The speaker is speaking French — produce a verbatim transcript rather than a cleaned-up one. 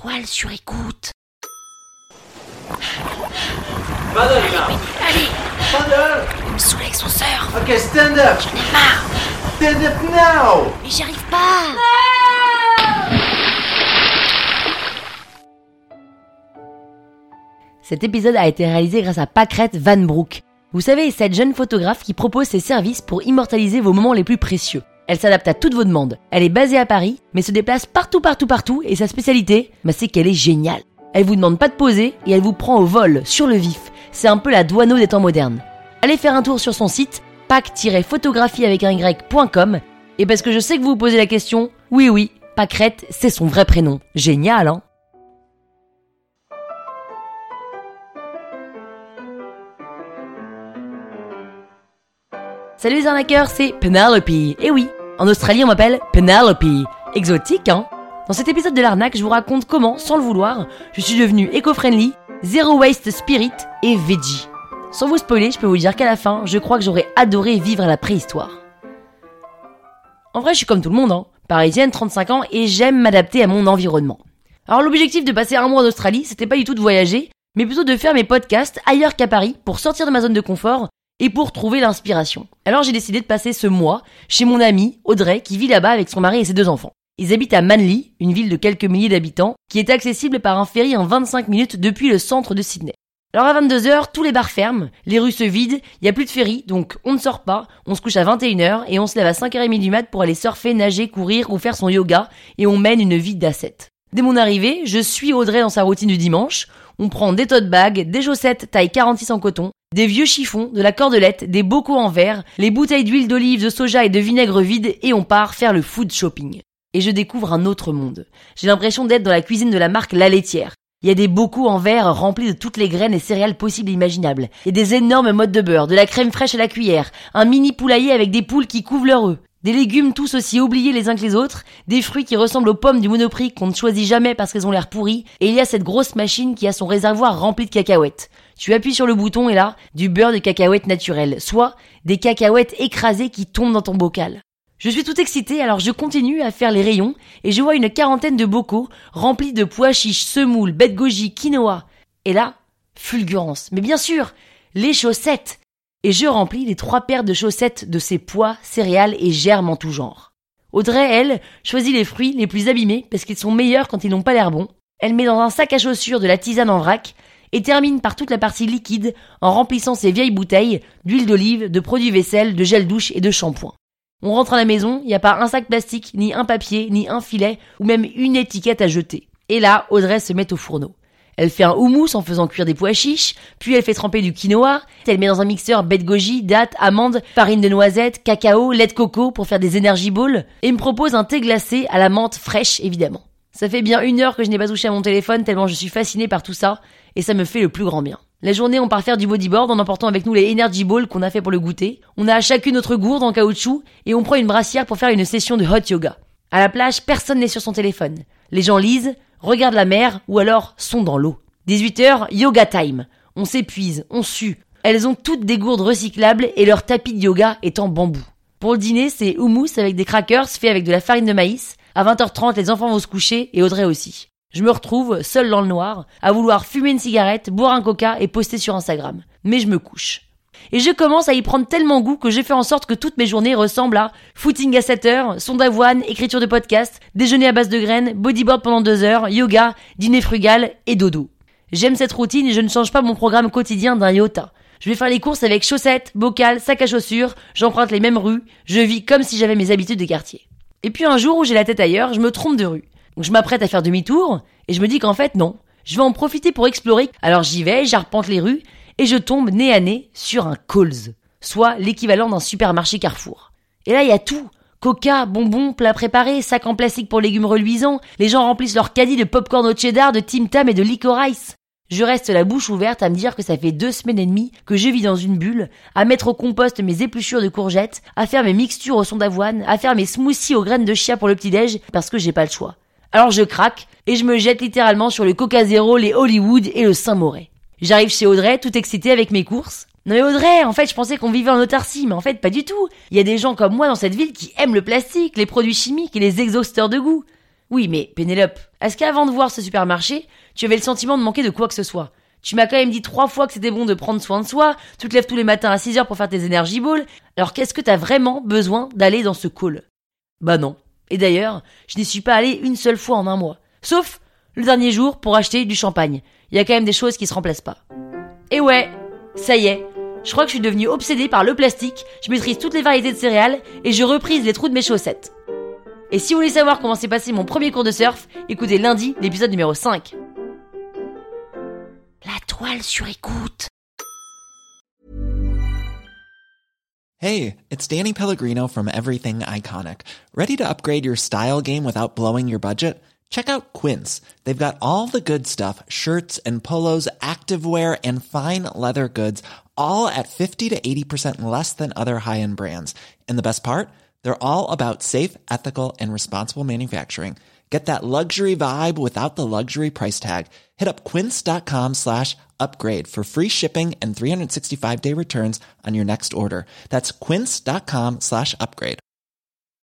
étoile sur écoute. Paddle now. Allez, Paddle. il me saoule avec son surf. Okay, stand up. J'en ai marre. Stand up now. Mais j'y arrive pas. Cet épisode a été réalisé grâce à Pâquerette Van Broek. Vous savez, cette jeune photographe qui propose ses services pour immortaliser vos moments les plus précieux. Elle s'adapte à toutes vos demandes. Elle est basée à Paris, mais se déplace partout, partout, partout, et sa spécialité, bah, c'est qu'elle est géniale. Elle vous demande pas de poser, et elle vous prend au vol, sur le vif. C'est un peu la Douaneau des temps modernes. Allez faire un tour sur son site, pack tiret photographie avec un y point com, et parce que je sais que vous vous posez la question, oui oui, Pâquerette, c'est son vrai prénom. Génial, hein? Salut les arnaqueurs, c'est Penelope. Et oui, en Australie on m'appelle Penelope. Exotique, hein? Dans cet épisode de l'arnaque, je vous raconte comment, sans le vouloir, je suis devenue éco-friendly, zero waste spirit et veggie. Sans vous spoiler, je peux vous dire qu'à la fin, je crois que j'aurais adoré vivre à la préhistoire. En vrai, je suis comme tout le monde, hein. Parisienne, trente-cinq ans, et j'aime m'adapter à mon environnement. Alors l'objectif de passer un mois en Australie, c'était pas du tout de voyager, mais plutôt de faire mes podcasts ailleurs qu'à Paris pour sortir de ma zone de confort et pour trouver l'inspiration. Alors j'ai décidé de passer ce mois chez mon amie Audrey qui vit là-bas avec son mari et ses deux enfants. Ils habitent à Manly, une ville de quelques milliers d'habitants, qui est accessible par un ferry en vingt-cinq minutes depuis le centre de Sydney. Alors à vingt-deux heures, tous les bars ferment, les rues se vident, il n'y a plus de ferry, donc on ne sort pas, on se couche à vingt et une heures et on se lève à cinq heures trente du mat pour aller surfer, nager, courir ou faire son yoga et on mène une vie d'asset. Dès mon arrivée, je suis Audrey dans sa routine du dimanche. On prend des tote bags, des chaussettes taille quarante-six en coton, des vieux chiffons, de la cordelette, des bocaux en verre, les bouteilles d'huile d'olive, de soja et de vinaigre vides et on part faire le food shopping. Et je découvre un autre monde. J'ai l'impression d'être dans la cuisine de la marque La Laitière. Il y a des bocaux en verre remplis de toutes les graines et céréales possibles et imaginables. Il y a des énormes mottes de beurre, de la crème fraîche à la cuillère, un mini poulailler avec des poules qui couvrent leur œuf. Des légumes tous aussi oubliés les uns que les autres, des fruits qui ressemblent aux pommes du Monoprix qu'on ne choisit jamais parce qu'elles ont l'air pourries, et il y a cette grosse machine qui a son réservoir rempli de cacahuètes. Tu appuies sur le bouton et là, du beurre de cacahuètes naturel, soit des cacahuètes écrasées qui tombent dans ton bocal. Je suis tout excitée, alors je continue à faire les rayons et je vois une quarantaine de bocaux remplis de pois chiches, semoules, bêtes goji, quinoa. Et là, fulgurance. Mais bien sûr, les chaussettes. Et je remplis les trois paires de chaussettes de ces pois, céréales et germes en tout genre. Audrey, elle, choisit les fruits les plus abîmés parce qu'ils sont meilleurs quand ils n'ont pas l'air bons. Elle met dans un sac à chaussures de la tisane en vrac et termine par toute la partie liquide en remplissant ses vieilles bouteilles d'huile d'olive, de produits vaisselle, de gel douche et de shampoing. On rentre à la maison, il n'y a pas un sac plastique, ni un papier, ni un filet, ou même une étiquette à jeter. Et là, Audrey se met au fourneau. Elle fait un houmous en faisant cuire des pois chiches, puis elle fait tremper du quinoa, elle met dans un mixeur bêtes de goji, dattes, amandes, farine de noisette, cacao, lait de coco pour faire des energy balls, et me propose un thé glacé à la menthe fraîche évidemment. Ça fait bien une heure que je n'ai pas touché à mon téléphone tellement je suis fascinée par tout ça, et ça me fait le plus grand bien. La journée, on part faire du bodyboard en emportant avec nous les energy balls qu'on a fait pour le goûter. On a chacune notre gourde en caoutchouc, et on prend une brassière pour faire une session de hot yoga. À la plage, personne n'est sur son téléphone. Les gens lisent, regardent la mer ou alors sont dans l'eau. dix-huit heures, yoga time. On s'épuise, on sue. Elles ont toutes des gourdes recyclables et leur tapis de yoga est en bambou. Pour le dîner, c'est houmous avec des crackers faits avec de la farine de maïs. À vingt heures trente, les enfants vont se coucher et Audrey aussi. Je me retrouve, seule dans le noir, à vouloir fumer une cigarette, boire un coca et poster sur Instagram. Mais je me couche. Et je commence à y prendre tellement goût que j'ai fait en sorte que toutes mes journées ressemblent à footing à sept heures, son d'avoine, écriture de podcast, déjeuner à base de graines, bodyboard pendant deux heures, yoga, dîner frugal et dodo. J'aime cette routine et je ne change pas mon programme quotidien d'un iota. Je vais faire les courses avec chaussettes, bocal, sac à chaussures, j'emprunte les mêmes rues, je vis comme si j'avais mes habitudes de quartier. Et puis un jour où j'ai la tête ailleurs, je me trompe de rue. Donc je m'apprête à faire demi-tour et je me dis qu'en fait non, je vais en profiter pour explorer. Alors j'y vais, j'arpente les rues et je tombe nez à nez sur un Coles, soit l'équivalent d'un supermarché Carrefour. Et là il y a tout. Coca, bonbons, plats préparés, sacs en plastique pour légumes reluisants, les gens remplissent leur caddie de popcorn au cheddar, de Tim Tam et de licorice. Je reste la bouche ouverte à me dire que ça fait deux semaines et demie que je vis dans une bulle, à mettre au compost mes épluchures de courgettes, à faire mes mixtures au son d'avoine, à faire mes smoothies aux graines de chia pour le petit-déj, parce que j'ai pas le choix. Alors je craque, et je me jette littéralement sur le Coca Zéro, les Hollywood et le Saint-Moré. J'arrive chez Audrey, tout excitée avec mes courses. Non mais Audrey, en fait je pensais qu'on vivait en autarcie, mais en fait pas du tout. Il y a des gens comme moi dans cette ville qui aiment le plastique, les produits chimiques et les exhausteurs de goût. Oui, mais Pénélope, est-ce qu'avant de voir ce supermarché, tu avais le sentiment de manquer de quoi que ce soit ? Tu m'as quand même dit trois fois que c'était bon de prendre soin de soi, tu te lèves tous les matins à six heures pour faire tes energy balls, alors qu'est-ce que t'as vraiment besoin d'aller dans ce call ? Bah non. Et d'ailleurs, je n'y suis pas allée une seule fois en un mois. Sauf le dernier jour pour acheter du champagne. Il y a quand même des choses qui se remplacent pas. Et ouais, ça y est. Je crois que je suis devenue obsédée par le plastique, je maîtrise toutes les variétés de céréales et je reprise les trous de mes chaussettes. Et si vous voulez savoir comment s'est passé mon premier cours de surf, écoutez lundi l'épisode numéro cinq. La toile sur écoute. Hey, it's Danny Pellegrino from Everything Iconic. Ready to upgrade your style game without blowing your budget? Check out Quince. They've got all the good stuff, shirts and polos, activewear, and fine leather goods, all at fifty to eighty percent less than other high-end brands. And the best part? They're all about safe, ethical, and responsible manufacturing. Get that luxury vibe without the luxury price tag. Hit up quince.com slash upgrade for free shipping and three sixty-five day returns on your next order. That's quince.com slash upgrade.